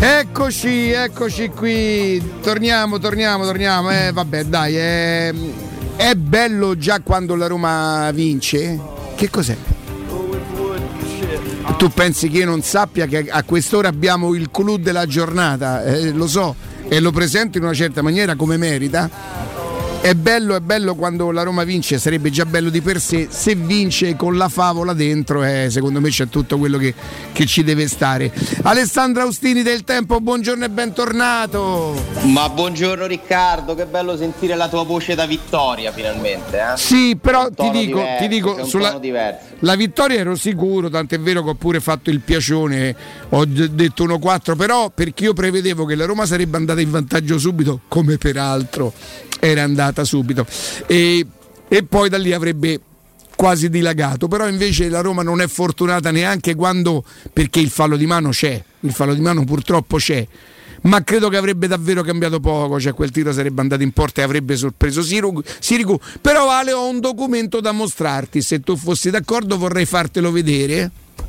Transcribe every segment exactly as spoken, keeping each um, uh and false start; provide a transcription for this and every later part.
Eccoci, eccoci qui. Torniamo, torniamo, torniamo. Eh, vabbè, dai, è, è bello già quando la Roma vince? Che cos'è? Tu pensi che io non sappia che a quest'ora abbiamo il clou della giornata? Eh, lo so e lo presento in una certa maniera come merita. È bello, è bello quando la Roma vince, sarebbe già bello di per sé. Se vince con la favola dentro, eh, secondo me c'è tutto quello che, che ci deve stare. Alessandro Austini del Tempo, buongiorno e bentornato. Ma buongiorno Riccardo, che bello sentire la tua voce da vittoria finalmente. Eh? Sì, però ti dico, diverso, ti dico sulla la vittoria ero sicuro, tant'è vero che ho pure fatto il piacione, ho d- detto uno quattro, però perché io prevedevo che la Roma sarebbe andata in vantaggio subito, come peraltro era andata subito, e, e poi da lì avrebbe quasi dilagato, però invece la Roma non è fortunata neanche quando, perché il fallo di mano c'è, il fallo di mano purtroppo c'è, ma credo che avrebbe davvero cambiato poco, cioè quel tiro sarebbe andato in porta e avrebbe sorpreso Sirigu, Sirigu. Però Ale, ho un documento da mostrarti, se tu fossi d'accordo vorrei fartelo vedere.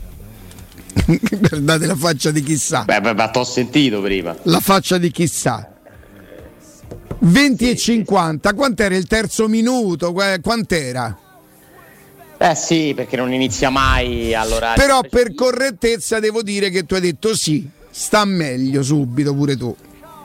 Guardate la faccia di chissà. Beh, beh, ma t'ho sentito prima. La faccia di chissà. venti sì, e cinquanta, sì. Quant'era il terzo minuto? Quant'era? Eh sì, perché non inizia mai all'orario. Però per correttezza devo dire che tu hai detto sì, sta meglio subito pure tu.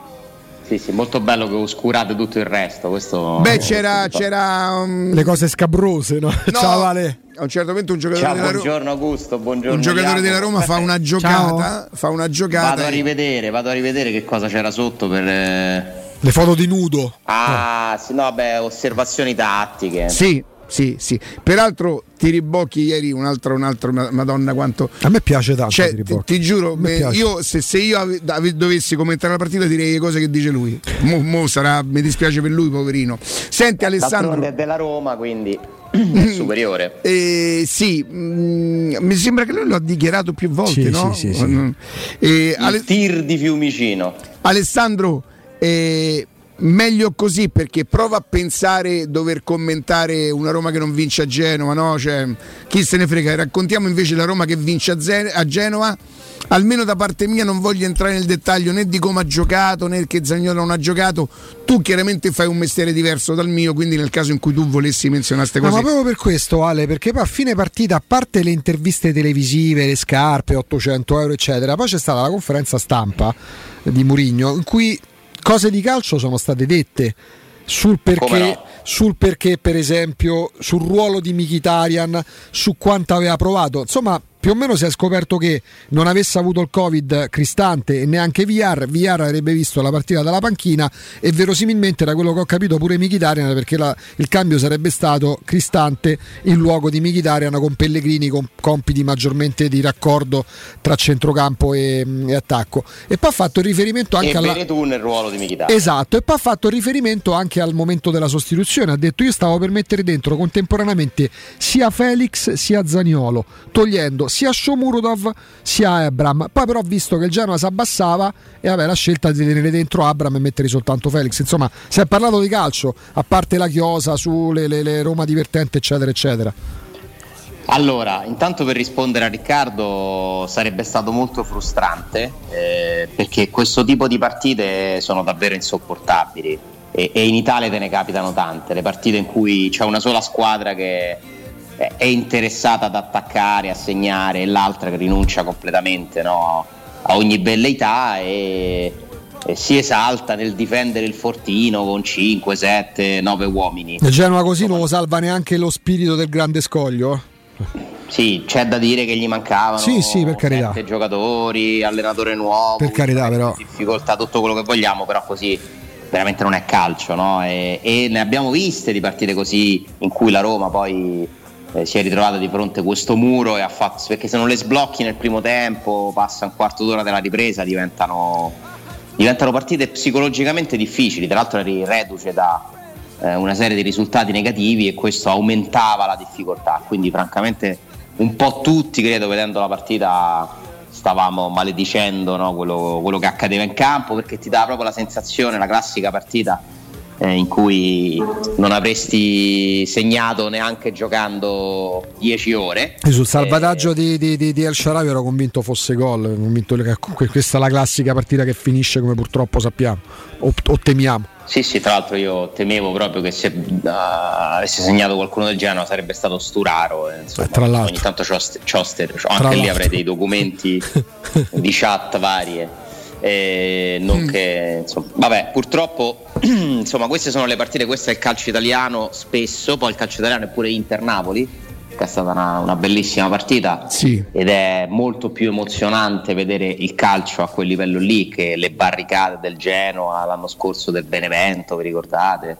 Sì, sì, molto bello che oscurate tutto il resto. Questo. Beh, c'era, c'era um... le cose scabrose, no? no Ciao Vale. A un certo punto un giocatore Ciao, della Roma, buongiorno Augusto, buongiorno. Un giocatore Iago. della Roma fa una giocata, fa una giocata. Vado a rivedere, vado a rivedere che cosa c'era sotto per. Eh... Le foto di nudo. Ah, no. Sì, no, beh, osservazioni tattiche. Sì, sì, sì. Peraltro ti ribocchi ieri un altro, un altro, Madonna quanto. A me piace tanto. Cioè, ti, ti giuro, beh, io se, se io ave, ave, dovessi commentare la partita direi le cose che dice lui. Mo, mo sarà, mi dispiace per lui, poverino. Senti Alessandro. È della Roma, quindi è superiore. Eh, sì, mh, mi sembra che lui lo ha dichiarato più volte, sì, no? Sì, sì, sì. Eh, Il Ale... tir di Fiumicino. Alessandro, eh, meglio così, perché prova a pensare dover commentare una Roma che non vince a Genova, no? Cioè, chi se ne frega, raccontiamo invece la Roma che vince a, Zen- a Genova. Almeno da parte mia non voglio entrare nel dettaglio né di come ha giocato né che Zaniolo non ha giocato. Tu chiaramente fai un mestiere diverso dal mio, quindi nel caso in cui tu volessi menzionare queste cose. No, ma proprio per questo, Ale, perché poi a fine partita, a parte le interviste televisive, le scarpe, ottocento euro eccetera, poi c'è stata la conferenza stampa di Mourinho in cui cose di calcio sono state dette sul perché, no? sul perché per esempio sul ruolo di Mkhitaryan, su quanto aveva provato, insomma più o meno si è scoperto che non avesse avuto il Covid Cristante e neanche Villar, Villar avrebbe visto la partita dalla panchina e verosimilmente da quello che ho capito pure Mkhitaryan, perché la, il cambio sarebbe stato Cristante in luogo di Mkhitaryan con Pellegrini con compiti maggiormente di raccordo tra centrocampo e, e attacco, e poi ha fatto il riferimento anche e alla tu nel ruolo di Mkhitaryan. Esatto, e poi ha fatto il riferimento anche al momento della sostituzione, ha detto io stavo per mettere dentro contemporaneamente sia Felix sia Zaniolo, togliendo sia Shomurodov sia Abram, poi però ho visto che il Genoa si abbassava e aveva la scelta di tenere dentro Abram e mettere soltanto Felix. Insomma, si è parlato di calcio, a parte la chiosa sulle le, le Roma divertente eccetera eccetera. Allora, intanto per rispondere a Riccardo, sarebbe stato molto frustrante eh, perché questo tipo di partite sono davvero insopportabili e, e in Italia te ne capitano tante, le partite in cui c'è una sola squadra che è interessata ad attaccare, a segnare, e l'altra che rinuncia completamente, no, a ogni velleità e, e si esalta nel difendere il fortino con cinque, sette, nove uomini. Il Genoa così non lo salva neanche lo spirito del grande scoglio? Sì, c'è da dire che gli mancavano sì, sì, per carità. sette giocatori, allenatore nuovo, per carità, però difficoltà, tutto quello che vogliamo, però così veramente non è calcio, no? E, e ne abbiamo viste di partite così in cui la Roma poi Eh, si è ritrovata di fronte a questo muro e ha fatto, perché se non le sblocchi nel primo tempo, passa un quarto d'ora della ripresa, diventano diventano partite psicologicamente difficili. Tra l'altro eri reduce da eh, una serie di risultati negativi e questo aumentava la difficoltà, quindi francamente un po' tutti, credo, vedendo la partita stavamo maledicendo, no, quello, quello che accadeva in campo, perché ti dà proprio la sensazione, la classica partita eh, in cui non avresti segnato neanche giocando dieci ore. E sul salvataggio eh, di, di, di, di El Shaarawy ero convinto fosse gol, convinto che questa è la classica partita che finisce come purtroppo sappiamo o, o temiamo. Sì, sì, tra l'altro io temevo proprio che se uh, avesse segnato qualcuno del Genoa sarebbe stato Sturaro, eh, insomma, eh, tra l'altro. Ogni tanto Choster, anche lì avrei dei documenti di chat varie, eh, non mm. che, insomma, vabbè, purtroppo insomma queste sono le partite, questo è il calcio italiano spesso, poi il calcio italiano è pure Inter-Napoli, che è stata una, una bellissima partita, sì. Ed è molto più emozionante vedere il calcio a quel livello lì che le barricate del Genoa l'anno scorso, del Benevento, vi ricordate?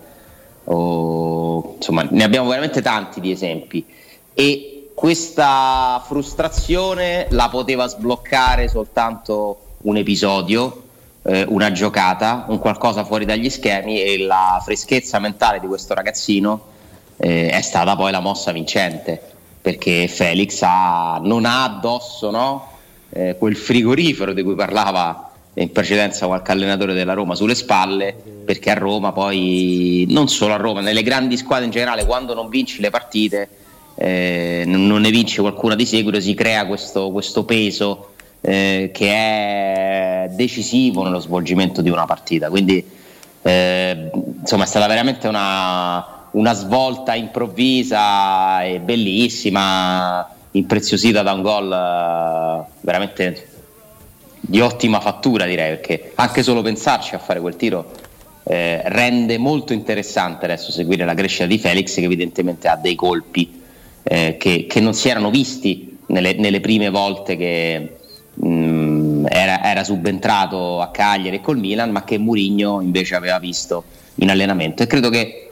O, insomma, ne abbiamo veramente tanti di esempi, e questa frustrazione la poteva sbloccare soltanto un episodio, eh, una giocata, un qualcosa fuori dagli schemi, e la freschezza mentale di questo ragazzino Eh, è stata poi la mossa vincente, perché Felix ha, non ha addosso, no? eh, quel frigorifero di cui parlava in precedenza qualche allenatore della Roma sulle spalle, perché a Roma poi, non solo a Roma, nelle grandi squadre in generale, quando non vinci le partite, eh, non ne vince qualcuna di seguito, si crea questo, questo peso eh, che è decisivo nello svolgimento di una partita, quindi eh, insomma è stata veramente una una svolta improvvisa e bellissima, impreziosita da un gol veramente di ottima fattura, direi, perché anche solo pensarci a fare quel tiro eh, rende molto interessante adesso seguire la crescita di Felix, che evidentemente ha dei colpi eh, che, che non si erano visti nelle, nelle prime volte che mh, era, era subentrato a Cagliari e col Milan, ma che Mourinho invece aveva visto in allenamento, e credo che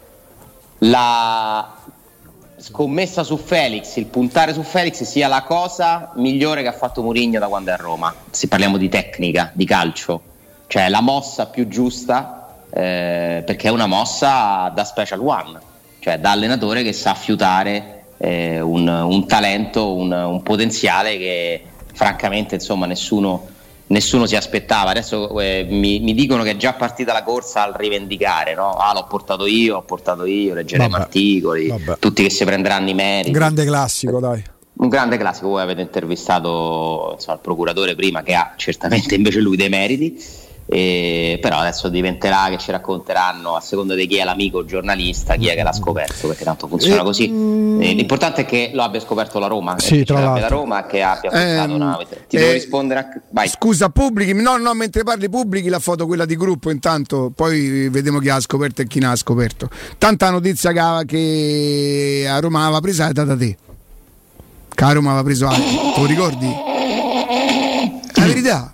la scommessa su Felix, il puntare su Felix sia la cosa migliore che ha fatto Mourinho da quando è a Roma, se parliamo di tecnica, di calcio, cioè la mossa più giusta, eh, perché è una mossa da special one, cioè da allenatore che sa fiutare eh, un, un talento, un, un potenziale che francamente insomma nessuno nessuno si aspettava. Adesso eh, mi, mi dicono che è già partita la corsa al rivendicare, no? Ah, l'ho portato io, ho portato io, leggeremo vabbè, articoli, vabbè. Tutti che si prenderanno i meriti. Un grande classico, dai. Un grande classico. Voi avete intervistato insomma, il procuratore prima, che ha certamente invece lui dei meriti, e, però adesso diventerà che ci racconteranno a seconda di chi è l'amico giornalista, chi è che l'ha scoperto, perché tanto funziona così. E, l'importante è che lo abbia scoperto la Roma, sì, tra l'altro. La Roma che abbia portato ehm, una... ti devo eh, rispondere a... Vai. Scusa, pubblichi no no mentre parli pubblichi la foto, quella di gruppo, intanto poi vediamo chi ha scoperto e chi non ha scoperto. Tanta notizia che, che a Roma aveva presa è data te, che a Roma aveva preso altro, te lo ricordi? La verità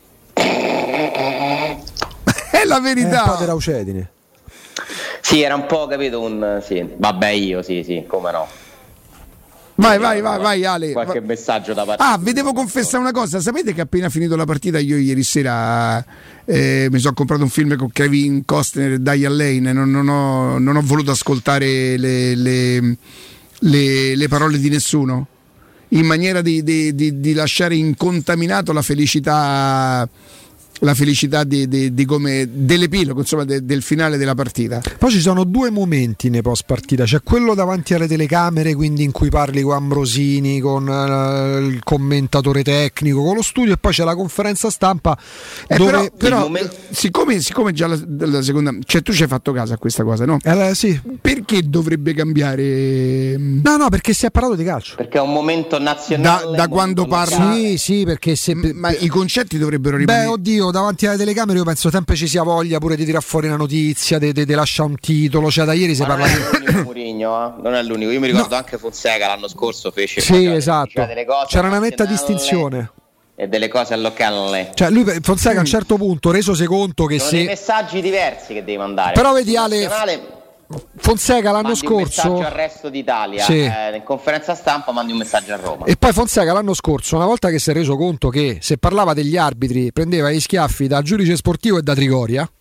è la verità. È un po' di raucedine. Sì, era un po', capito, un sì, vabbè io, sì, sì, come no. Vai, vai, vai, vai Ale. Qualche va- messaggio da parte. Ah, vi devo confessare una cosa, sapete che appena finito la partita io ieri sera eh, mi sono comprato un film con Kevin Costner e Diane Lane, non, non, ho, non ho voluto ascoltare le, le, le, le parole di nessuno, in maniera di, di, di, di lasciare incontaminato la felicità la felicità di, di, di come dell'epilogo, insomma, de, del finale della partita. Poi ci sono due momenti nei post partita, c'è quello davanti alle telecamere, quindi in cui parli con Ambrosini, con uh, il commentatore tecnico, con lo studio, e poi c'è la conferenza stampa eh, dove però, però momento... siccome, siccome già la, la seconda, cioè tu ci hai fatto caso a questa cosa, no? Eh, sì. Perché dovrebbe cambiare? No, no, perché si è parlato di calcio. Perché è un momento nazionale. Da, da quando parla? Sì, sì, perché se ma i concetti dovrebbero rimanere. Beh, oddio, davanti alle telecamere io penso sempre ci sia voglia pure di tirar fuori una notizia, di, di, di lasciare un titolo, cioè da ieri si ma parla non è l'unico Mourinho, eh? Non è l'unico, io mi ricordo no. anche Fonseca l'anno scorso fece sì, esatto. delle cose, c'era una netta distinzione e delle cose allocale, cioè lui Fonseca mm. a un certo punto resosi conto che sono se dei messaggi diversi che devi mandare, però vedi Ale Fonseca l'anno mandi scorso un messaggio al resto d'Italia, sì. eh, in conferenza stampa mandi un messaggio a Roma, e poi Fonseca l'anno scorso, una volta che si è reso conto che se parlava degli arbitri prendeva gli schiaffi da giudice sportivo e da Trigoria,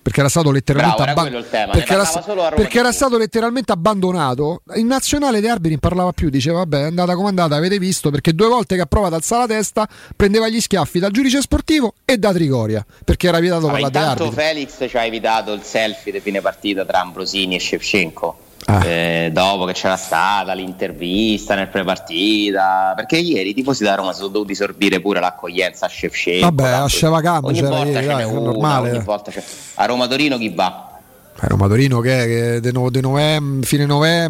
perché era stato letteralmente Bravo, abba- era tema, perché, era, solo a Roma perché era stato letteralmente abbandonato. In nazionale dei arbitri non parlava più, diceva vabbè, è andata come è andata, avete visto, perché due volte che ha provato ad alzare la testa prendeva gli schiaffi dal giudice sportivo e da Trigoria, perché era vietato ma parlare di arbitri. intanto Felix ci ha evitato il selfie di fine partita tra Ambrosini e Shevchenko. Ah. Eh, dopo che c'era stata l'intervista nel prepartita, perché ieri i tifosi da Roma si sono dovuti sorbire pure l'accoglienza a Shevchenko. Vabbè, a Scevacampo ogni c'era volta ieri, ce dai, n'è è una, normale. ogni volta c'è. A Roma Torino chi va? A Roma Torino che è che de no, de novembre, fine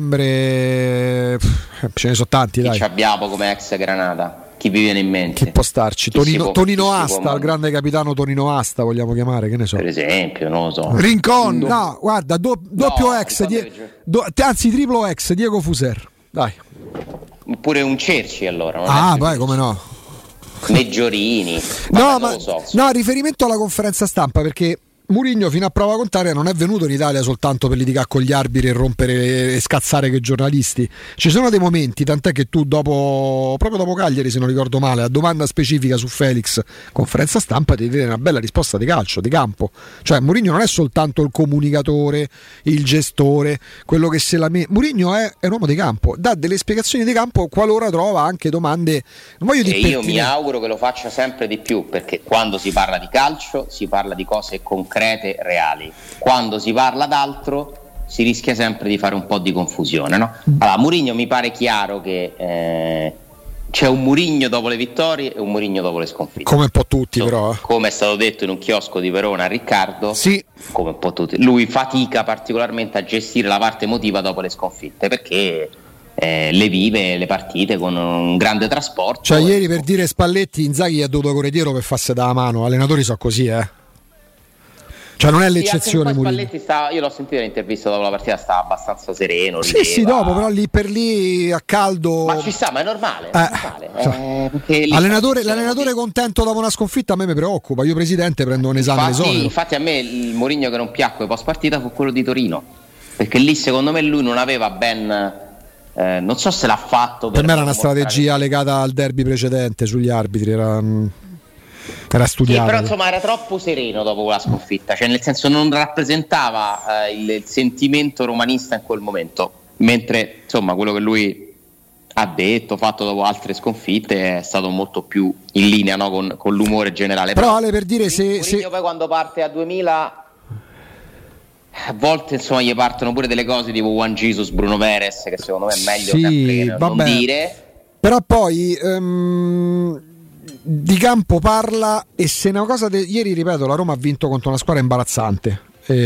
novembre pff, ce ne sono tanti, Chi dai. ci abbiamo come ex Granata? Chi vi viene in mente? Chi può starci? Chi Tonino, può, Tonino chi Asta, il grande capitano Tonino Asta, vogliamo chiamare, che ne so. Per esempio, non lo so. Rincon. No, guarda, do, doppio No, ex, die, Rincon do, anzi triplo ex, Diego Fuser. Dai. Pure un Cerci allora. Non Ah, è vai, come no. Meggiorini. No, Vabbè, ma non lo so. no, riferimento alla conferenza stampa, perché Mourinho fino a prova contraria non è venuto in Italia soltanto per litigare con gli arbitri e rompere e scazzare che i giornalisti. Ci sono dei momenti, tant'è che tu dopo proprio dopo Cagliari, se non ricordo male, a domanda specifica su Felix, conferenza stampa, ti dai una bella risposta di calcio, di campo. Cioè Mourinho non è soltanto il comunicatore, il gestore, quello che se la me... Mourinho è, è un uomo di campo, dà delle spiegazioni di campo qualora trova anche domande, non voglio dire E io pertinenti. mi auguro che lo faccia sempre di più, perché quando si parla di calcio si parla di cose concrete, reali. Quando si parla d'altro si rischia sempre di fare un po' di confusione, no? Allora, Mourinho mi pare chiaro che eh, c'è un Mourinho dopo le vittorie e un Mourinho dopo le sconfitte. Come un po' tutti, So, però. come è stato detto in un chiosco di Verona a Riccardo, Sì. come un po' tutti, lui fatica particolarmente a gestire la parte emotiva dopo le sconfitte, perché eh, le vive le partite con un grande trasporto. Cioè ieri, per dire Spalletti, Inzaghi gli ha dovuto correre dietro per farsi da mano. Allenatori sono così, eh. Cioè non è l'eccezione, sì, Mourinho. Spalletti stava, io l'ho sentito l'intervista dopo la partita, stava abbastanza sereno. Sì, rideva. sì, dopo, però lì per lì a caldo. Ma ci sta, ma è normale. È Eh, normale so. eh, perché lì Allenatore, sta- l'allenatore contento dopo una sconfitta a me mi preoccupa. Io presidente prendo un esame infatti, l'esonero. infatti a me il Mourinho che non piacque post partita fu quello di Torino, perché lì secondo me lui non aveva ben eh, non so se l'ha fatto Per per me era una mostrare- strategia legata al derby precedente sugli arbitri, era, era Sì, studiato. però insomma era troppo sereno dopo quella sconfitta, cioè nel senso non rappresentava eh, il, il sentimento romanista in quel momento, mentre insomma quello che lui ha detto, fatto dopo altre sconfitte è stato molto più in linea, no, con, con l'umore generale. Però Ale, per dire se, Mourinho se... poi quando parte a duemila a volte insomma gli partono pure delle cose tipo Juan Jesus, Bruno Perez, che secondo me è meglio Sì, sempre che non vabbè. dire. Però poi ehm, di campo parla e se una cosa de... ieri ripeto la Roma ha vinto contro una squadra imbarazzante,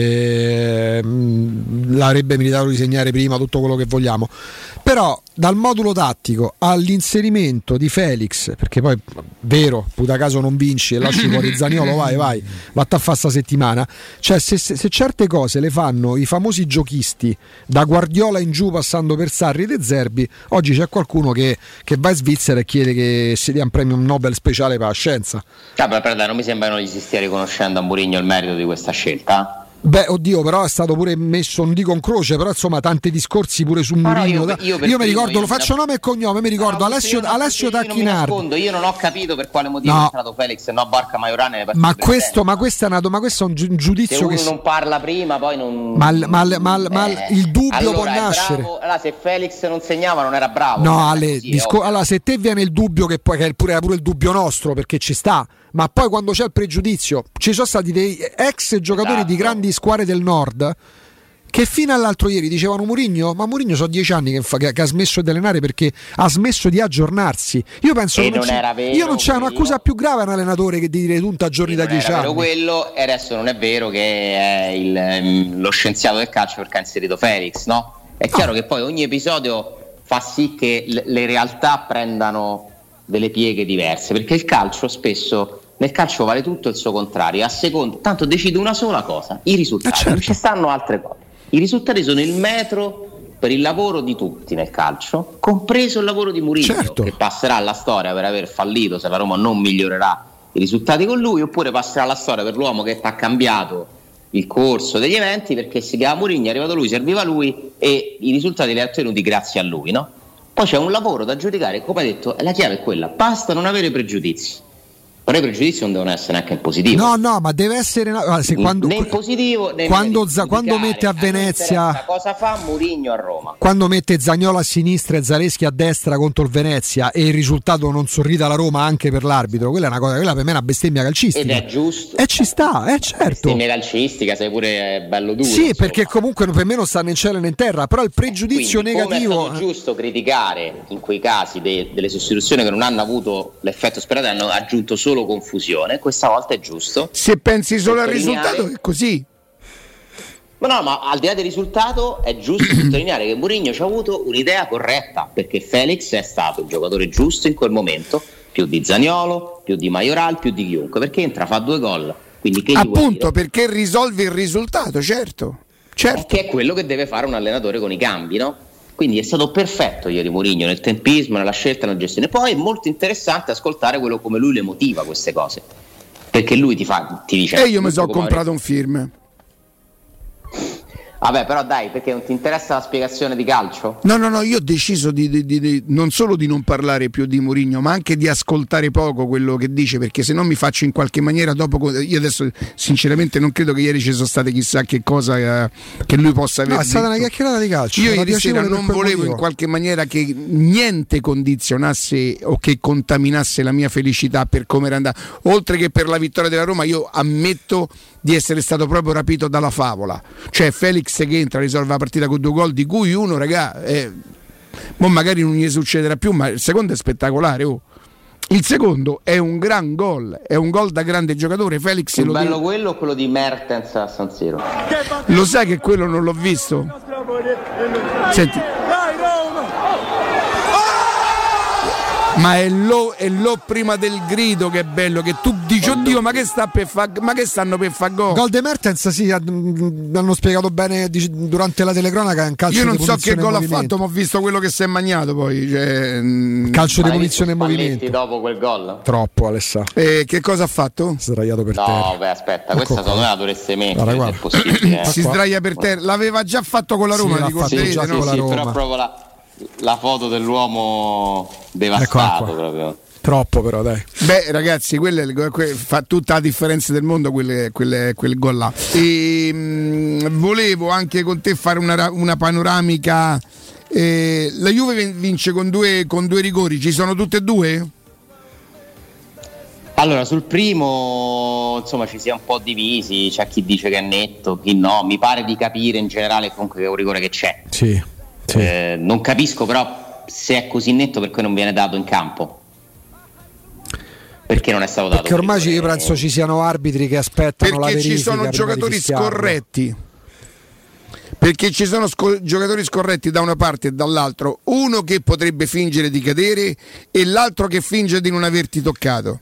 e, mh, l'avrebbe meritato di segnare prima, tutto quello che vogliamo, però dal modulo tattico all'inserimento di Felix, perché poi vero, puta caso non vinci e lasci fuori Zaniolo, vai vai vatta a fare sta settimana, cioè se, se, se certe cose le fanno i famosi giochisti da Guardiola in giù passando per Sarri e De Zerbi, oggi c'è qualcuno che, che va in Svizzera e chiede che si dia un premio Nobel speciale per la scienza. Ah, beh, però dai, non mi sembra che non gli si stia riconoscendo a Mourinho il merito di questa scelta. Beh, oddio, però è stato pure messo, non dico in croce, però insomma tanti discorsi pure su Ma no, Mourinho. io- Da- io per io mi primo, ricordo, io lo mi- faccio nome e cognome, mi ricordo No, Alessio, io non- Alessio io non mi Tacchinardi. nascondo, io non ho capito per quale motivo No. è entrato Felix e no Barca Majorana nelle partite Ma questo, precedenti. ma questo è una, ma questo è un giu- un Se giudizio uno che non parla prima poi non Ma il- ma il- ma il- ma il- Eh, il dubbio allora, può è nascere. bravo- allora se Felix non segnava non era bravo. No, È Ale, così, è disco- ovvio. allora se te viene il dubbio che poi che è pure, era pure il dubbio nostro perché ci sta, ma poi quando c'è il pregiudizio, ci sono stati dei ex giocatori Esatto. di grandi squadre del nord che fino all'altro ieri dicevano Mourinho, ma Mourinho so dieci anni che, fa, che, che ha smesso di allenare perché ha smesso di aggiornarsi. Io penso E che non c'è, era vero io non c'è quello. un'accusa più grave a un allenatore che di dire tu ti aggiorni da Non dieci era anni. vero quello, e adesso non è vero che è il, ehm, lo scienziato del calcio perché ha inserito Felix, no? È chiaro che poi ogni episodio fa sì che l- le realtà prendano delle pieghe diverse, perché il calcio spesso, nel calcio vale tutto il suo contrario, a seconda, tanto decide una sola cosa, i risultati, Eh, certo. non ci stanno altre cose. I risultati sono il metro per il lavoro di tutti nel calcio, compreso il lavoro di Mourinho, Certo. che passerà alla storia per aver fallito se la Roma non migliorerà i risultati con lui, oppure passerà alla storia per l'uomo che ha cambiato il corso degli eventi perché si chiama Mourinho, è arrivato lui, serviva lui e i risultati li ha ottenuti grazie a lui, no? Poi c'è un lavoro da giudicare, come hai detto, la chiave è quella, basta non avere pregiudizi. Però i pregiudizi non devono essere neanche in positivo. No, no, ma deve essere se quando, né in positivo né quando, in quando mette a Venezia. Cosa fa Mourinho a Roma? Quando mette Zaniolo a sinistra e Zaleschi a destra contro il Venezia e il risultato non sorride alla Roma anche per l'arbitro, quella è una cosa, quella per me è una bestemmia calcistica. Ed è giusto. E ci sta, eh certo. Bestemmia calcistica, sei pure bello duro. Sì, insomma. Perché comunque per me non sta né in cielo né in terra, però il pregiudizio Quindi, negativo. Come è stato giusto criticare in quei casi de- delle sostituzioni che non hanno avuto l'effetto sperato, hanno aggiunto solo confusione. Questa volta è giusto. Se pensi solo al risultato è così. Ma no, ma al di là del risultato è giusto sottolineare che Mourinho ci ha avuto un'idea corretta, perché Felix è stato il giocatore giusto in quel momento, più di Zaniolo, più di Majoral, più di chiunque, perché entra, fa due gol. Quindi che gli appunto perché risolve il risultato, certo. certo. Che è quello che deve fare un allenatore con i cambi, no? Quindi è stato perfetto ieri Mourinho nel tempismo, nella scelta, nella gestione. Poi è molto interessante ascoltare quello come lui le motiva queste cose, perché lui ti fa, ti dice. E io mi sono comprato avrei... un film. Vabbè, però dai, perché non ti interessa la spiegazione di calcio? No, no, no, io ho deciso di, di, di, di non solo di non parlare più di Mourinho, ma anche di ascoltare poco quello che dice, perché se no mi faccio in qualche maniera dopo. Io adesso sinceramente non credo che ieri ci sono state chissà che cosa eh, che lui possa aver no, è stata detto. Una chiacchierata di calcio. Io ieri sera non volevo motivo. in qualche maniera che niente condizionasse o che contaminasse la mia felicità per come era andata, oltre che per la vittoria della Roma. Io ammetto di essere stato proprio rapito dalla favola, cioè Felix che entra, risolve la partita con due gol, di cui uno, regà, eh, mo magari non gli succederà più, ma il secondo è spettacolare. Oh. Il secondo è un gran gol, è un gol da grande giocatore. Felix più lo bello di... quello o quello di Mertens a San Siro? Lo sai che quello non l'ho visto? Senti. Ma è lo, è lo prima del grido che è bello, che tu dici oddio ma che sta per fa, ma che stanno per far gol. Gol de Mertens, sì, hanno spiegato bene durante la telecronaca, un calcio. Io non di so che gol ha fatto, ma ho visto quello che si è magnato poi, cioè, calcio di punizione in movimento dopo quel gol. Troppo Alessà. E che cosa ha fatto? Sdraiato per no, terra. No, beh, aspetta, questa secondo me la dovreste mettere, guarda, è possibile. Eh. Si sdraia per terra, l'aveva già fatto con la Roma, sì, ricorderete, già no? con la sì, Roma. Però proprio la la foto dell'uomo devastato proprio. Troppo però dai. Beh ragazzi, quelle, quelle, fa tutta la differenza del mondo quelle, quelle, quel gol là. E, mh, volevo anche con te fare una, una panoramica. Eh, la Juve vince con due, con due rigori, ci sono tutte e due? Allora sul primo insomma ci si è un po' divisi, c'è chi dice che è netto, chi no, mi pare di capire in generale comunque che è un rigore che c'è. Sì. Sì. Eh, non capisco però se è così netto perché non viene dato in campo, perché non è stato dato, perché ormai io penso ci siano arbitri che aspettano perché la verifica, ci sono giocatori scorretti, perché ci sono sco- giocatori scorretti da una parte e dall'altro, uno che potrebbe fingere di cadere e l'altro che finge di non averti toccato.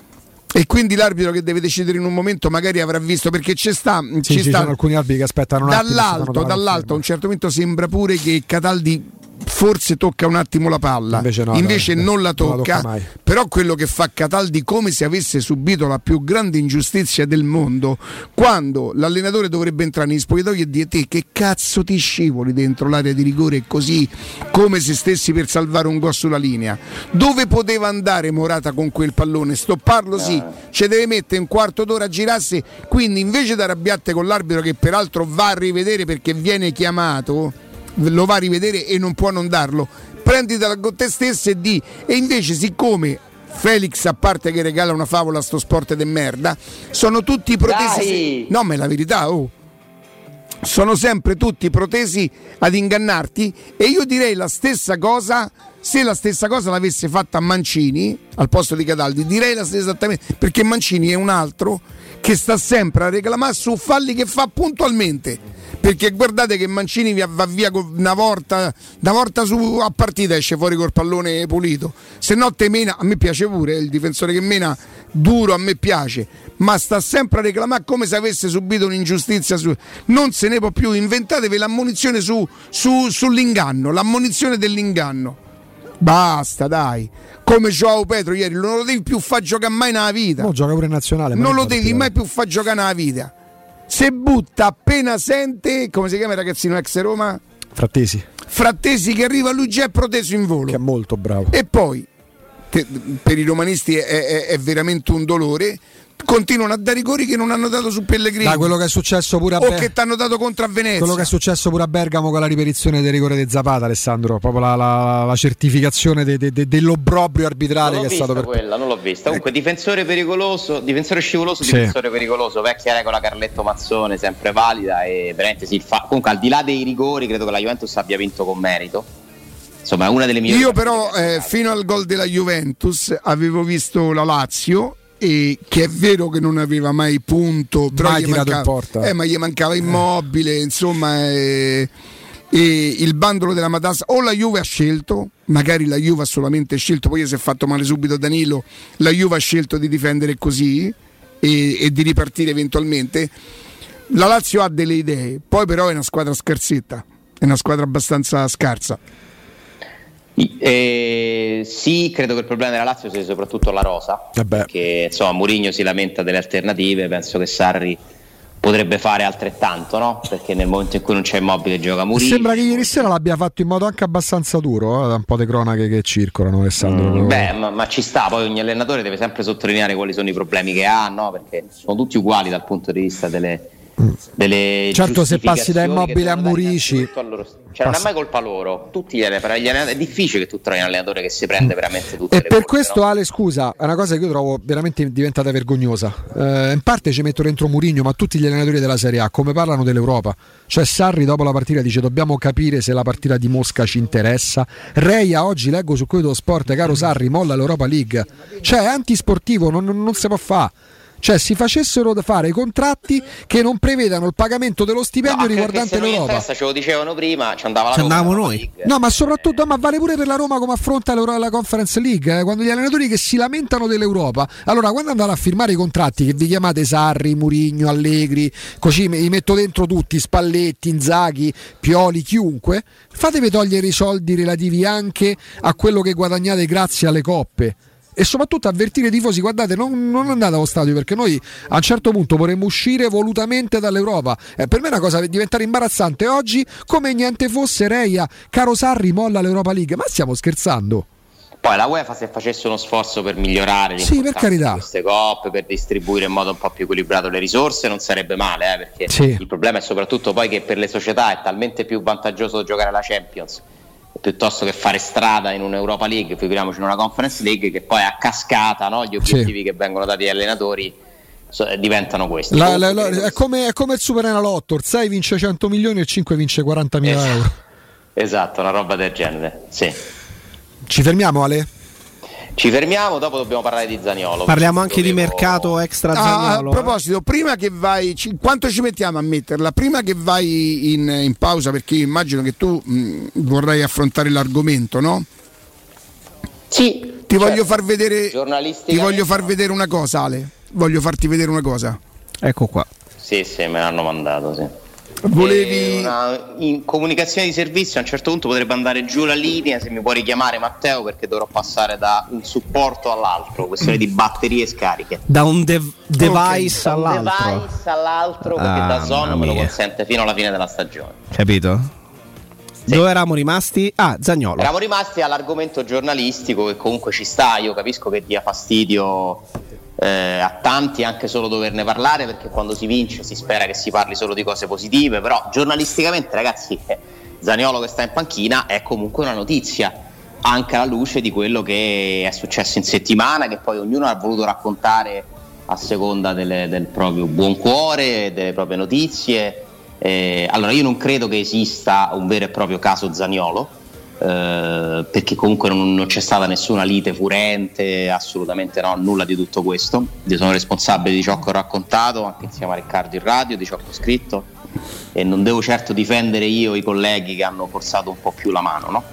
E quindi l'arbitro che deve decidere in un momento magari avrà visto, perché c'è sta, sì, ci ci sta sono alcuni arbitri che aspettano un dall'alto, attimo, dall'alto a un certo momento sembra pure che Cataldi forse tocca un attimo la palla, invece, no, invece no, non la tocca, non la tocca però quello che fa Cataldi come se avesse subito la più grande ingiustizia del mondo, quando l'allenatore dovrebbe entrare negli spogliatoi e dire te che cazzo ti scivoli dentro l'area di rigore così come se stessi per salvare un gol sulla linea. Dove poteva andare Morata con quel pallone? Stopparlo sì, ci deve mettere un quarto d'ora a girarsi, quindi invece di arrabbiarti con l'arbitro che peraltro va a rivedere perché viene chiamato, lo va a rivedere e non può non darlo, prenditela con te stesso e di. E invece siccome Felix, a parte che regala una favola a sto sport de merda, sono tutti protesi. Dai. No, ma è la verità, oh. Sono sempre tutti protesi ad ingannarti, e io direi la stessa cosa se la stessa cosa l'avesse fatta Mancini al posto di Cataldi, direi la stessa esattamente, perché Mancini è un altro che sta sempre a reclamare su falli che fa puntualmente, perché guardate che Mancini va via una volta, una volta su, a partita esce fuori col pallone pulito, se no te mena, a me piace pure il difensore che mena duro, a me piace, ma sta sempre a reclamare come se avesse subito un'ingiustizia su, non se ne può più, inventatevi l'ammonizione su, su, sull'inganno, l'ammonizione dell'inganno, basta dai, come Joao Pedro ieri, non lo devi più far giocare mai nella vita, no, gioca pure in nazionale, non lo devi mai più far giocare nella vita, se butta appena sente, come si chiama il ragazzino ex Roma? Frattesi. Frattesi che arriva, lui già è proteso in volo, che è molto bravo, e poi te, per i romanisti è, è, è veramente un dolore. Continuano a dare rigori che non hanno dato su Pellegrini. Da quello che è successo pure a Ber- o che ti hanno dato contro a Venezia. Quello che è successo pure a Bergamo con la ripetizione del rigore di Zapata, Alessandro, proprio la, la, la certificazione de, de, de, dell'obbrobrio arbitrale che è stato per quella, non l'ho vista. Comunque difensore pericoloso, difensore scivoloso, sì. Difensore pericoloso, vecchia regola Carletto Mazzone, sempre valida e veramente si fa. Comunque al di là dei rigori credo che la Juventus abbia vinto con merito. Insomma, è una delle migliori. Io però eh, fino al gol della Juventus avevo visto la Lazio, e che è vero che non aveva mai punto, però mai gli tirato mancava, in porta. Eh, ma gli mancava Immobile, insomma, eh, e il bandolo della matassa o la Juve ha scelto, magari la Juve ha solamente scelto, poi si è fatto male subito Danilo, la Juve ha scelto di difendere così e, e di ripartire eventualmente. La Lazio ha delle idee, poi però è una squadra scarsetta, è una squadra abbastanza scarsa. Eh, sì, credo che il problema della Lazio sia soprattutto la rosa, eh perché insomma Mourinho si lamenta delle alternative, penso che Sarri potrebbe fare altrettanto, no? Perché nel momento in cui non c'è Immobile gioca Mourinho. Sembra che ieri sera l'abbia fatto in modo anche abbastanza duro, eh, da un po' di cronache che circolano, Alessandro. Mm, beh, ma, ma ci sta, poi ogni allenatore deve sempre sottolineare quali sono i problemi che ha, no? Perché sono tutti uguali dal punto di vista delle delle certo, se passi da Immobile a Murici, cioè non è mai colpa loro, tutti gli allenatori, è difficile che tu trovi un allenatore che si prende veramente tutte e le per colpe, questo no? Ale, scusa, è una cosa che io trovo veramente diventata vergognosa, eh, in parte ci metto dentro Mourinho, ma tutti gli allenatori della Serie A come parlano dell'Europa, cioè Sarri dopo la partita dice dobbiamo capire se la partita di Mosca ci interessa. Reia oggi leggo su Quello Sport, caro Sarri, molla l'Europa League, cioè è antisportivo, non, non, non si può fare. Cioè si facessero da fare i contratti che non prevedano il pagamento dello stipendio no, riguardante l'Europa. Ce lo dicevano prima, ci andava la ci Roma, andavamo noi. No, ma soprattutto ma vale pure per la Roma come affronta la Conference League, eh? Quando gli allenatori che si lamentano dell'Europa. Allora, quando andate a firmare i contratti che vi chiamate Sarri, Mourinho, Allegri, così mi metto dentro tutti, Spalletti, Inzaghi, Pioli, chiunque, fatevi togliere i soldi relativi anche a quello che guadagnate grazie alle coppe. E soprattutto avvertire i tifosi, guardate, non, non andate allo stadio perché noi a un certo punto vorremmo uscire volutamente dall'Europa. Eh, per me è una cosa per diventare imbarazzante. Oggi, come niente fosse, Reia, caro Sarri, molla l'Europa League. Ma stiamo scherzando? Poi la UEFA, se facesse uno sforzo per migliorare sì, per carità. queste coppe, per distribuire in modo un po' più equilibrato le risorse, non sarebbe male, eh, perché sì. Il problema è soprattutto poi che per le società è talmente più vantaggioso giocare alla Champions piuttosto che fare strada in un'Europa League, figuriamoci in una Conference League, che poi a cascata, no, gli obiettivi sì. che vengono dati agli allenatori so, diventano questi. La, la, la, è, come, è come il Superenalotto, il sei vince cento milioni e il cinque vince quarantamila esatto. euro. Esatto, una roba del genere, sì. Ci fermiamo, Ale? Ci fermiamo, dopo dobbiamo parlare di Zaniolo. Parliamo anche dovevo... di mercato extra Zaniolo. Ah, a proposito, prima che vai, ci, quanto ci mettiamo a metterla? Prima che vai in, in pausa, perché io immagino che tu mh, vorrai affrontare l'argomento, no? Sì. Ti certo. voglio far vedere ti voglio far vedere una cosa, Ale. Voglio farti vedere una cosa. Ecco qua. Sì, sì, me l'hanno mandato, sì. Volevi una, in comunicazione di servizio a un certo punto potrebbe andare giù la linea, se mi puoi richiamare Matteo, perché dovrò passare da un supporto all'altro, questione di batterie e scariche, da un dev- device okay. all'altro da un device all'altro perché ah, da Zone me lo consente fino alla fine della stagione, capito? Sì. Dove eravamo rimasti? Ah, Zaniolo. Eravamo rimasti all'argomento giornalistico, che comunque ci sta. Io capisco che dia fastidio eh, a tanti anche solo doverne parlare, perché quando si vince si spera che si parli solo di cose positive, però giornalisticamente, ragazzi, eh, Zaniolo che sta in panchina è comunque una notizia, anche alla luce di quello che è successo in settimana, che poi ognuno ha voluto raccontare a seconda delle, del proprio buon cuore, delle proprie notizie. Eh, allora io non credo che esista un vero e proprio caso Zaniolo, eh, perché comunque non, non c'è stata nessuna lite furente, assolutamente no, nulla di tutto questo. Io sono responsabile di ciò che ho raccontato anche insieme a Riccardo in radio, di ciò che ho scritto, e non devo certo difendere io i colleghi che hanno forzato un po' più la mano, no?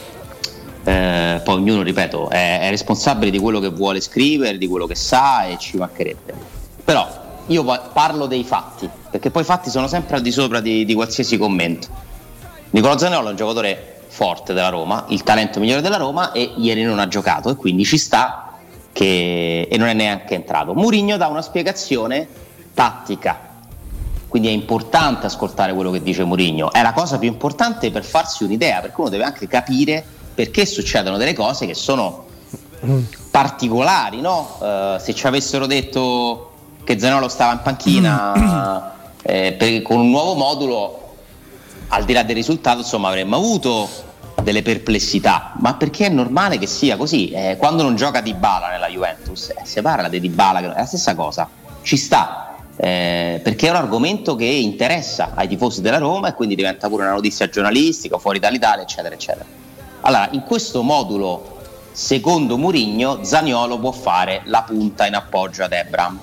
Eh, poi ognuno, ripeto, è, è responsabile di quello che vuole scrivere, di quello che sa, e ci mancherebbe. Però io parlo dei fatti, perché poi i fatti sono sempre al di sopra di, di qualsiasi commento. Nicolò Zaniolo è un giocatore forte della Roma, il talento migliore della Roma, e ieri non ha giocato e quindi ci sta che e non è neanche entrato. Mourinho dà una spiegazione tattica, quindi è importante ascoltare quello che dice Mourinho, è la cosa più importante per farsi un'idea, perché uno deve anche capire perché succedono delle cose che sono mm. particolari, no? Uh, se ci avessero detto che Zaniolo stava in panchina eh, per, con un nuovo modulo, al di là del risultato, insomma, avremmo avuto delle perplessità, ma perché è normale che sia così. Eh, quando non gioca Dybala nella Juventus, eh, si parla di Dybala, che è la stessa cosa, ci sta, eh, perché è un argomento che interessa ai tifosi della Roma e quindi diventa pure una notizia giornalistica fuori dall'Italia, eccetera eccetera. Allora, in questo modulo, secondo Mourinho, Zaniolo può fare la punta in appoggio ad Ebram,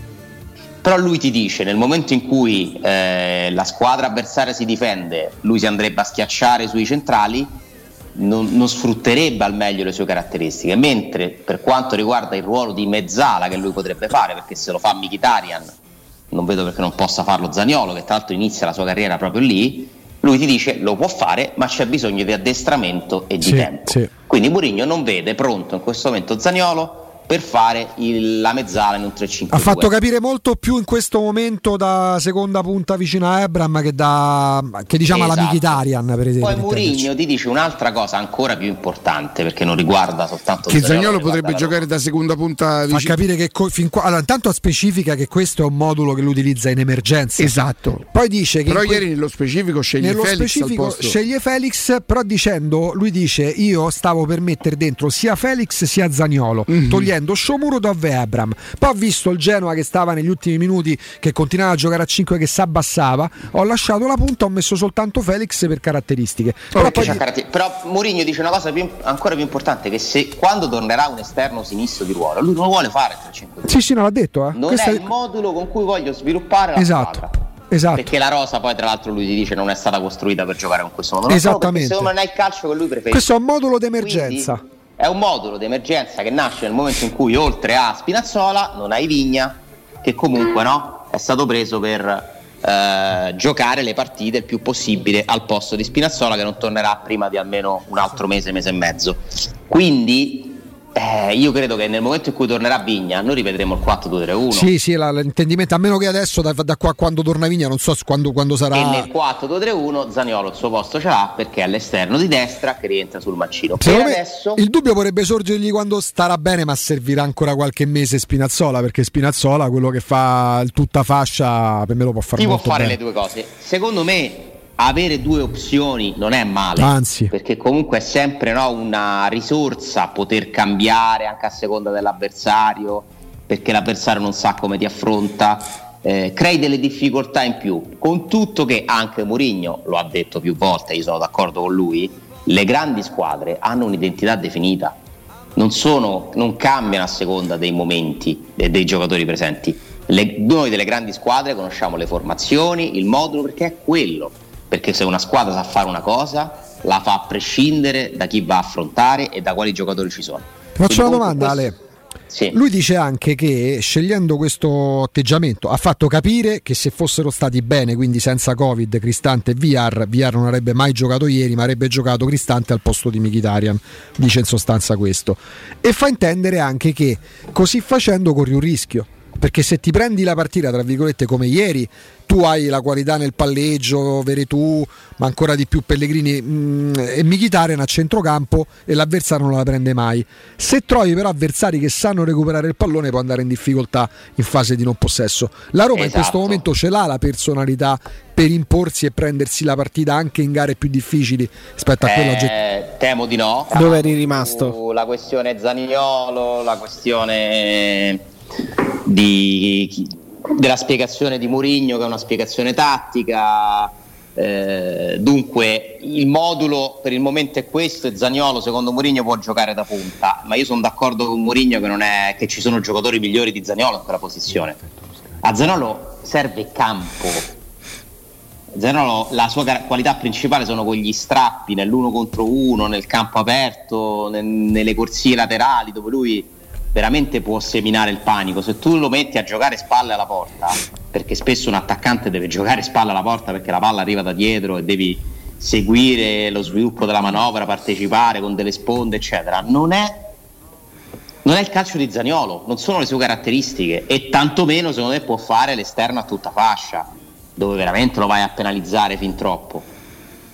però lui ti dice, nel momento in cui eh, la squadra avversaria si difende, lui si andrebbe a schiacciare sui centrali, non, non sfrutterebbe al meglio le sue caratteristiche, mentre per quanto riguarda il ruolo di mezzala che lui potrebbe fare, perché se lo fa Mkhitaryan non vedo perché non possa farlo Zaniolo, che tra l'altro inizia la sua carriera proprio lì, lui ti dice lo può fare, ma c'è bisogno di addestramento e di sì, tempo. Sì. Quindi Mourinho non vede pronto in questo momento Zaniolo per fare il, la mezzala in un tre cinque due. Ha fatto capire molto più in questo momento da seconda punta vicino a Ebram che da che diciamo esatto. alla Mkhitaryan, per esempio. Poi Mourinho ti dice un'altra cosa ancora più importante, perché non riguarda soltanto che Zaniolo potrebbe giocare da seconda punta vicino. Fa capire che co- fin qua, allora intanto specifica che questo è un modulo che lui utilizza in emergenza. Esatto. Poi dice che però que- ieri nello specifico sceglie nello Felix specifico al posto. sceglie Felix, però dicendo, lui dice io stavo per mettere dentro sia Felix sia Zaniolo, mm-hmm. togliendo Shomuro Dove Ebram. Poi ho visto il Genoa che stava negli ultimi minuti, che continuava a giocare a cinque, che si abbassava, ho lasciato la punta, ho messo soltanto Felix per caratteristiche. Però, poi... caratter- però Mourinho dice una cosa più, ancora più importante, che se quando tornerà un esterno sinistro di ruolo, lui non vuole fare tre cinque due. Sì, sì, non l'ha detto, eh. Non Questa è il modulo con cui voglio sviluppare la esatto. squadra. Esatto. Perché la rosa poi tra l'altro lui ti dice non è stata costruita per giocare con questo modulo. Esattamente. Secondo me non è il calcio che lui preferisce. Questo è un modulo d'emergenza. Quindi, è un modulo d'emergenza che nasce nel momento in cui oltre a Spinazzola non hai Vigna, che comunque no, è stato preso per eh, giocare le partite il più possibile al posto di Spinazzola, che non tornerà prima di almeno un altro mese, mese e mezzo. Quindi eh, io credo che nel momento in cui tornerà Vigna noi rivedremo il quattro due tre uno. Sì, sì, la, l'intendimento, a meno che adesso da, da qua quando torna Vigna non so quando, quando sarà. E nel quattro due tre uno Zaniolo il suo posto ce l'ha, perché è all'esterno di destra che rientra sul mancino. Per adesso il dubbio potrebbe sorgergli quando starà bene, ma servirà ancora qualche mese Spinazzola, perché Spinazzola quello che fa il tutta fascia per me lo può fare Chi molto può fare bene. le due cose. Secondo me avere due opzioni non è male, anzi, perché comunque è sempre no, una risorsa poter cambiare anche a seconda dell'avversario, perché l'avversario non sa come ti affronta, eh, crei delle difficoltà in più, con tutto che anche Mourinho lo ha detto più volte, io sono d'accordo con lui, le grandi squadre hanno un'identità definita, non, sono, non cambiano a seconda dei momenti e dei giocatori presenti. Le, noi delle grandi squadre conosciamo le formazioni, il modulo, perché è quello. Perché se una squadra sa fare una cosa la fa a prescindere da chi va a affrontare e da quali giocatori ci sono. Ti faccio Quindi una domanda, questo... Ale. Sì. Lui dice anche che scegliendo questo atteggiamento ha fatto capire che se fossero stati bene, quindi senza Covid, Cristante e Villar, Villar non avrebbe mai giocato ieri, ma avrebbe giocato Cristante al posto di Mkhitaryan, dice in sostanza questo, e fa intendere anche che così facendo corri un rischio, perché se ti prendi la partita tra virgolette come ieri, tu hai la qualità nel palleggio, Veretù, ma ancora di più Pellegrini mh, e Mkhitaryan a centrocampo, e l'avversario non la prende mai. Se trovi però avversari che sanno recuperare il pallone, può andare in difficoltà in fase di non possesso. La Roma esatto. in questo momento ce l'ha la personalità per imporsi e prendersi la partita anche in gare più difficili rispetto a quella eh, oggettiva. Temo di no. Dove eri rimasto? La questione Zaniolo, la questione di, della spiegazione di Mourinho, che è una spiegazione tattica, eh, dunque il modulo per il momento è questo, e Zaniolo secondo Mourinho può giocare da punta, ma io sono d'accordo con Mourinho che non è che ci sono giocatori migliori di Zaniolo in quella posizione. A Zaniolo serve campo. Zaniolo, la sua qualità principale sono con gli strappi nell'uno contro uno, nel campo aperto, nel, nelle corsie laterali, dove lui veramente può seminare il panico. Se tu lo metti a giocare spalle alla porta, perché spesso un attaccante deve giocare spalle alla porta perché la palla arriva da dietro e devi seguire lo sviluppo della manovra, partecipare con delle sponde eccetera, non è non è il calcio di Zaniolo, non sono le sue caratteristiche, e tantomeno secondo me può fare l'esterno a tutta fascia, dove veramente lo vai a penalizzare fin troppo.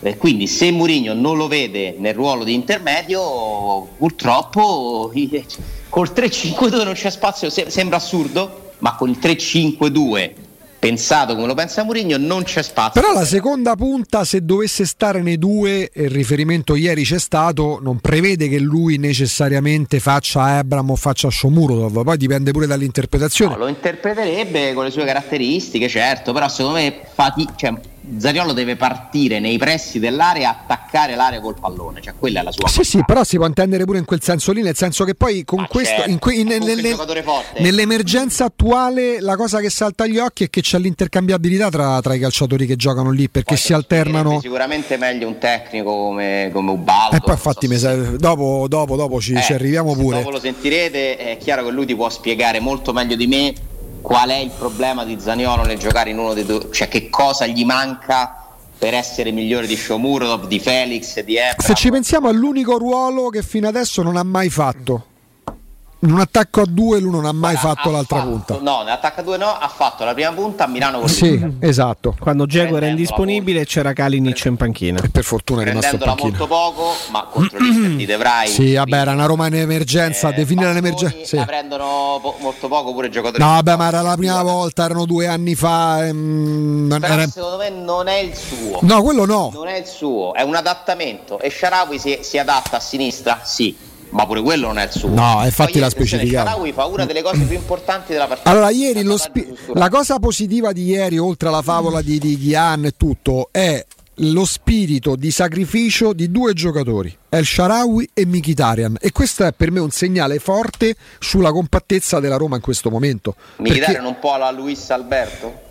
E quindi se Mourinho non lo vede nel ruolo di intermedio, purtroppo col tre cinque due non c'è spazio, sembra assurdo, ma con il tre cinque due pensato come lo pensa Mourinho non c'è spazio. Però la seconda punta, se dovesse stare nei due, e il riferimento ieri c'è stato, non prevede che lui necessariamente faccia Ebram o faccia Shomurodov, poi dipende pure dall'interpretazione. No, lo interpreterebbe con le sue caratteristiche, certo, però secondo me fati- cioè, Zaniolo deve partire nei pressi dell'area e attaccare l'area col pallone, cioè quella è la sua sì sì, però si può intendere pure in quel senso lì, nel senso che poi con Ma questo certo, in que- in, nelle, nell'emergenza attuale la cosa che salta agli occhi è che c'è l'intercambiabilità tra, tra i calciatori che giocano lì, perché poi si alternano. Sicuramente meglio un tecnico come, come Ubaldo, e poi infatti so se... dopo, dopo, dopo ci, eh, ci arriviamo pure, dopo lo sentirete, è chiaro che lui ti può spiegare molto meglio di me qual è il problema di Zaniolo nel giocare in uno dei due, cioè che cosa gli manca per essere migliore di Shomurodov, di Felix, di Ebram. Se ci pensiamo è l'unico ruolo che fino adesso non ha mai fatto. In un attacco a due lui non ha mai Guarda, fatto l'altra fatto, punta. No, nell'attacco a due no, ha fatto la prima punta a Milano con sì, l'Inter. esatto. Quando Dzeko era indisponibile c'era Kalinic in panchina. E per fortuna è rimasto in panchina. molto poco, ma contro l'Inter di De Vrij. Sì, vabbè, era una Roma in emergenza, eh, definire l'emergenza. Sì. La prendono po- molto poco pure i giocatori. No, vabbè, ma era la prima volta, erano due anni fa. Ehm, Però era... secondo me non è il suo. No, quello no. Non è il suo, è un adattamento. E Shaarawy si, si adatta a sinistra? Sì. Ma pure quello non è il suo. No, infatti l'ha specificato. Shaarawy fa una delle cose più importanti della partita. Allora, ieri lo spi- la cosa positiva di ieri, oltre alla favola di, di Ghian e tutto, è lo spirito di sacrificio di due giocatori, El Shaarawy e Mkhitaryan, e questo è per me un segnale forte sulla compattezza della Roma in questo momento. Mkhitaryan perché... un po' alla Luis Alberto?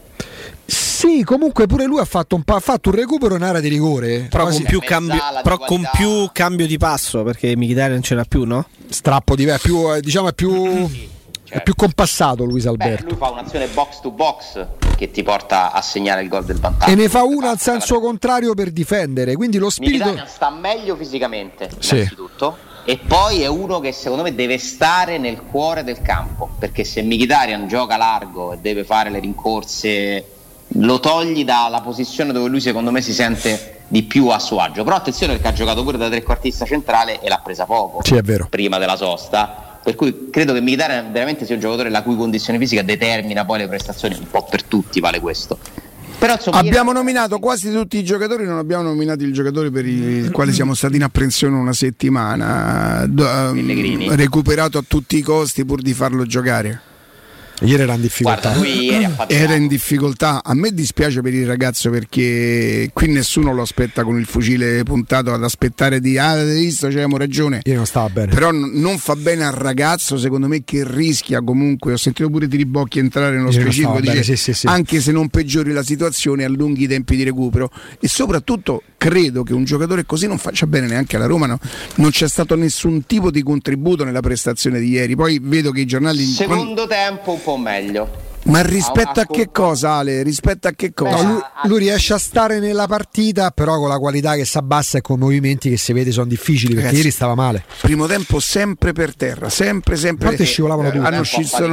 Sì, comunque pure lui ha fatto un, pa- ha fatto un recupero in area di rigore, però, con più, cambio, però con più cambio di passo, perché Mkhitaryan non ce l'ha più, no? Strappo di più, eh, diciamo è più, sì, certo. È più compassato Luis Alberto. Beh, lui fa un'azione box to box che ti porta a segnare il gol del vantaggio. E ne fa una al senso contrario per difendere, quindi lo spirito Mkhitaryan sta meglio fisicamente, sì, innanzitutto, e poi è uno che secondo me deve stare nel cuore del campo, perché se Mkhitaryan gioca largo e deve fare le rincorse, lo togli dalla posizione dove lui secondo me si sente di più a suo agio. Però attenzione, perché ha giocato pure da trequartista centrale e l'ha presa poco, sì, è vero, prima della sosta, per cui credo che Mkhitaryan veramente sia un giocatore la cui condizione fisica determina poi le prestazioni, un po' per tutti vale questo. Però, insomma, abbiamo nominato quasi tutti i giocatori, non abbiamo nominato il giocatore per il quale siamo stati in apprensione una settimana, um, recuperato a tutti i costi pur di farlo giocare. Ieri era in difficoltà. Guarda, lui ieri ha era in difficoltà. A me dispiace per il ragazzo, perché qui nessuno lo aspetta con il fucile puntato ad aspettare di ah, hai visto, c'avevamo ragione. Ieri non stava bene. Però n- non fa bene al ragazzo, secondo me, che rischia comunque. Ho sentito pure Tiribocchi entrare nello Ieri specifico, dice, sì, sì, sì. anche se non peggiori la situazione, allunghi i tempi di recupero. E soprattutto credo che un giocatore così non faccia bene neanche alla Roma. No? Non c'è stato nessun tipo di contributo nella prestazione di ieri. Poi vedo che i giornali secondo tempo un po' meglio. Ma rispetto a, a che cosa, Ale? Rispetto a che cosa? No, lui, lui riesce a stare nella partita, però con la qualità che si abbassa e con movimenti che si vede sono difficili, perché Ragazzi, ieri stava male. Primo tempo sempre per terra, sempre, sempre. A volte scivolavano tutti. Hanno ci sono...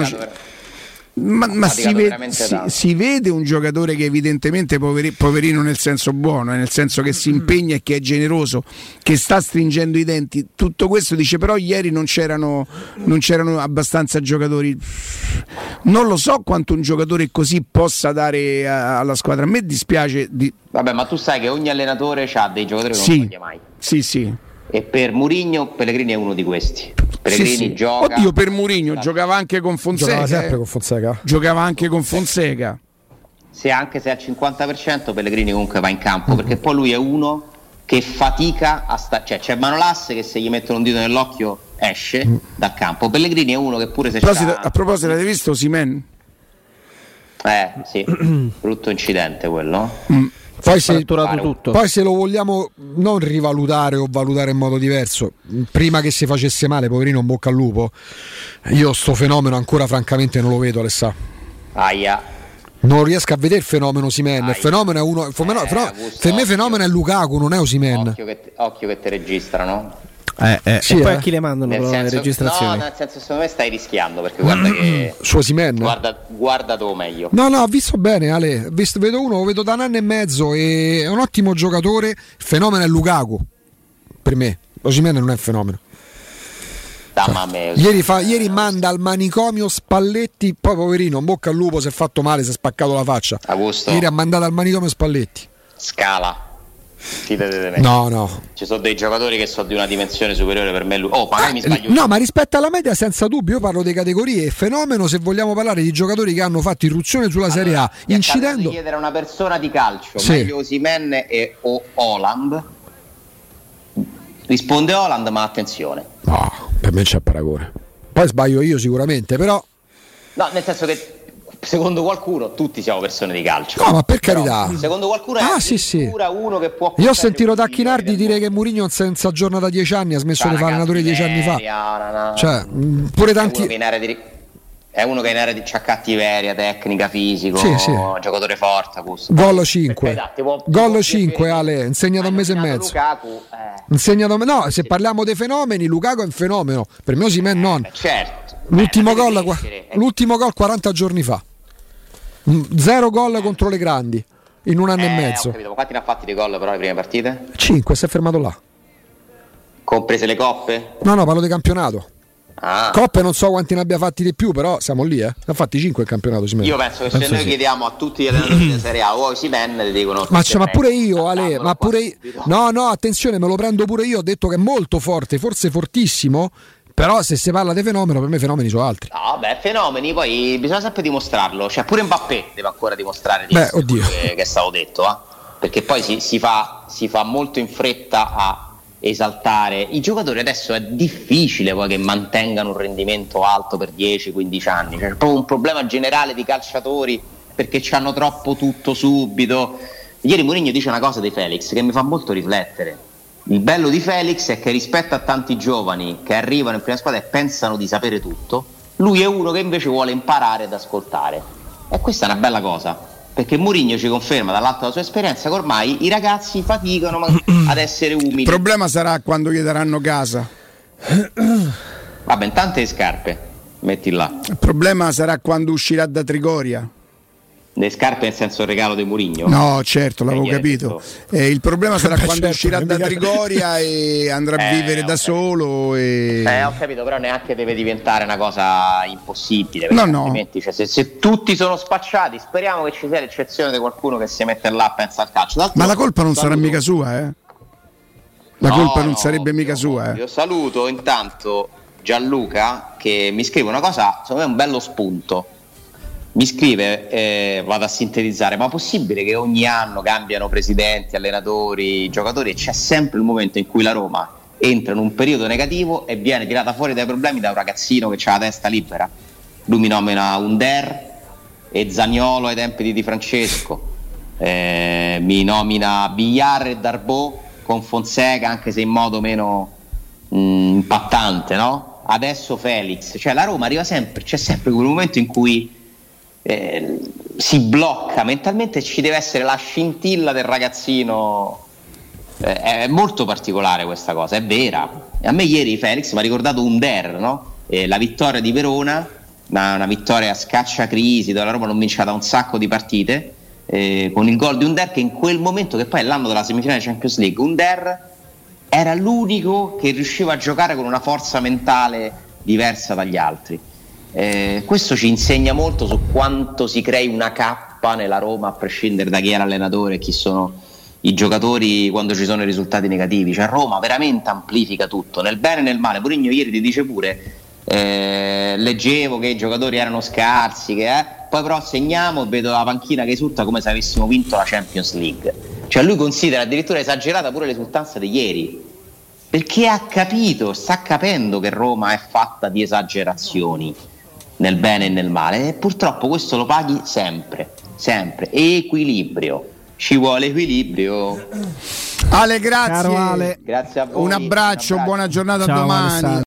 Ma, ma si, vede, si, si vede un giocatore che evidentemente poveri, poverino nel senso buono, eh, nel senso che si impegna e che è generoso, che sta stringendo i denti. Tutto questo dice, però ieri non c'erano, non c'erano abbastanza giocatori. Non lo so quanto un giocatore così possa dare a, alla squadra. A me dispiace di... Vabbè, ma tu sai che ogni allenatore ha dei giocatori che sì, non toglie mai. Sì, sì. E per Mourinho Pellegrini è uno di questi. Pellegrini sì, sì. gioca. Oddio, per Mourinho la... giocava anche con Fonseca. Giocava sempre eh. con Fonseca. Giocava anche con Fonseca. Se anche se al cinquanta per cento Pellegrini comunque va in campo, mm-hmm. perché poi lui è uno che fatica a stare, cioè c'è Manolas che se gli mettono un dito nell'occhio esce mm. dal campo. Pellegrini è uno che pure se c'ha... a, a proposito, avete visto Osimhen? Eh, sì. Brutto incidente quello. Mm. Poi se, tutto. poi se lo vogliamo non rivalutare o valutare in modo diverso, prima che si facesse male, poverino, un bocca al lupo, io sto fenomeno ancora francamente non lo vedo, Alessà. Aia. Non riesco a vedere il fenomeno Osimhen. Il fenomeno è uno, fenomeno, eh, fenomeno, per me fenomeno è Lukaku, non è Osimhen. Occhio che, occhio che te registrano. Eh, eh. Sì, e poi eh. a chi le mandano Nel però le senso, registrazioni? no, nel senso, secondo me stai rischiando perché guarda che Su Osimhen. guarda, guardatelo meglio. No, no, ho visto bene, Ale. Ho visto, vedo uno, lo vedo da un anno e mezzo. E è un ottimo giocatore. Il fenomeno è Lukaku. Per me, Osimhen non è un fenomeno. Damma me. Ieri, fa, ieri manda al manicomio Spalletti. Poi, poverino, in bocca al lupo, si è fatto male, si è spaccato la faccia. Augusto. Ieri ha mandato al manicomio Spalletti. Scala. Fidate di me. No, no. Ci sono dei giocatori che sono di una dimensione superiore per me. Oh, magari mi sbaglio. No, ma rispetto alla media, senza dubbio, io parlo di categorie. Fenomeno se vogliamo parlare di giocatori che hanno fatto irruzione sulla allora, Serie A, incidendo. Di chiedere a una persona di calcio, sì. meglio Osimhen e o Haaland. Risponde Haaland, ma attenzione. No, per me c'è paragone. Poi sbaglio io sicuramente, però. No, nel senso che secondo qualcuno tutti siamo persone di calcio. No, ma per però, carità. secondo qualcuno è ah, sì, sì. uno che può. Io ho sentito Tacchinardi dire che Mourinho senza giorno da dieci anni ha smesso di fare allenatore dieci anni fa. No, no. Cioè, mh, pure tanti. È uno che in area di, è uno che in area di c'ha cattiveria, tecnica, fisico, sì, sì. giocatore forte. Gol cinque. Gol cinque, Ale, insegnato un mese e mezzo. Lukaku, eh. Insegnato, no, se parliamo dei fenomeni, Lukaku è un fenomeno. Per me Osimhen non. Eh, certo. L'ultimo, eh, gol, crescere, eh. l'ultimo gol quaranta giorni fa. Zero gol eh. contro le grandi in un anno eh, e mezzo. Ho capito, ma quanti ne ha fatti di gol però le prime partite? cinque, si è fermato là. Comprese le coppe? No, no, parlo di campionato. Ah. Coppe non so quanti ne abbia fatti di più, però siamo lì, eh. Ne ha fatti cinque il campionato. Io penso che penso se noi sì. chiediamo a tutti gli allenatori della Serie A o Osimhen ti dicono ma, cioè, ma pure io, Ale, ma pure io. No, no, attenzione, me lo prendo pure io. Ho detto che è molto forte, forse fortissimo. Però se si parla di fenomeno, per me fenomeni sono altri. No, beh, fenomeni, poi bisogna sempre dimostrarlo. Cioè, pure Mbappé deve ancora dimostrare di beh, oddio. Che, che è stato detto, eh? Perché poi si, si, fa, si fa molto in fretta a esaltare. I giocatori adesso è difficile poi che mantengano un rendimento alto per dieci quindici anni. Cioè, c'è proprio un problema generale di calciatori perché hanno troppo tutto subito. Ieri Mourinho dice una cosa di Felix che mi fa molto riflettere. Il bello di Felix è che rispetto a tanti giovani che arrivano in prima squadra e pensano di sapere tutto, lui è uno che invece vuole imparare ad ascoltare. E questa è una bella cosa, perché Mourinho ci conferma dall'alto della sua esperienza che ormai i ragazzi faticano ad essere umili. Il problema sarà quando gli daranno casa. Vabbè, intanto le scarpe, metti là. Il problema sarà quando uscirà da Trigoria. Le scarpe nel senso il regalo di Mourinho? No, certo, l'avevo capito. Eh, il problema sarà Beh, quando certo, uscirà da Trigoria e andrà a vivere eh, da solo. E... Eh, ho capito, però neanche deve diventare una cosa impossibile. No, no. Cioè, se, se tutti sono spacciati, speriamo che ci sia l'eccezione di qualcuno che si mette là a pensare al calcio. D'altro, ma la colpa non saluto. sarà mica sua, eh? La no, colpa non no, sarebbe mica io, sua, eh? Io saluto intanto Gianluca che mi scrive una cosa, secondo me è un bello spunto. Mi scrive, eh, vado a sintetizzare, ma è possibile che ogni anno cambiano presidenti, allenatori, giocatori e c'è sempre il momento in cui la Roma entra in un periodo negativo e viene tirata fuori dai problemi da un ragazzino che ha la testa libera? Lui mi nomina Under e Zaniolo ai tempi di Di Francesco, eh, mi nomina Villar e Darboe con Fonseca anche se in modo meno mh, impattante, no? Adesso Felix, cioè la Roma arriva sempre, c'è sempre quel momento in cui Eh, si blocca mentalmente e ci deve essere la scintilla del ragazzino. Eh, è molto particolare questa cosa, è vera. A me ieri Felix mi ha ricordato Under, no? Eh, la vittoria di Verona, una, una vittoria a scacciacrisi dove la Roma non vinceva da un sacco di partite, eh, con il gol di Under che in quel momento, che poi è l'anno della semifinale Champions League, Under era l'unico che riusciva a giocare con una forza mentale diversa dagli altri. Eh, questo ci insegna molto su quanto si crei una cappa nella Roma a prescindere da chi è l'allenatore e chi sono i giocatori quando ci sono i risultati negativi. Cioè Roma veramente amplifica tutto nel bene e nel male. Mourinho ieri ti dice pure eh, leggevo che i giocatori erano scarsi che, eh, poi però segniamo e vedo la panchina che esulta come se avessimo vinto la Champions League. Cioè lui considera addirittura esagerata pure l'esultanza di ieri perché ha capito, sta capendo che Roma è fatta di esagerazioni nel bene e nel male e purtroppo questo lo paghi sempre, sempre. Equilibrio, ci vuole equilibrio. Ale, grazie. Caro Ale. Grazie a voi. Un abbraccio, un abbraccio. buona giornata. Ciao, a domani.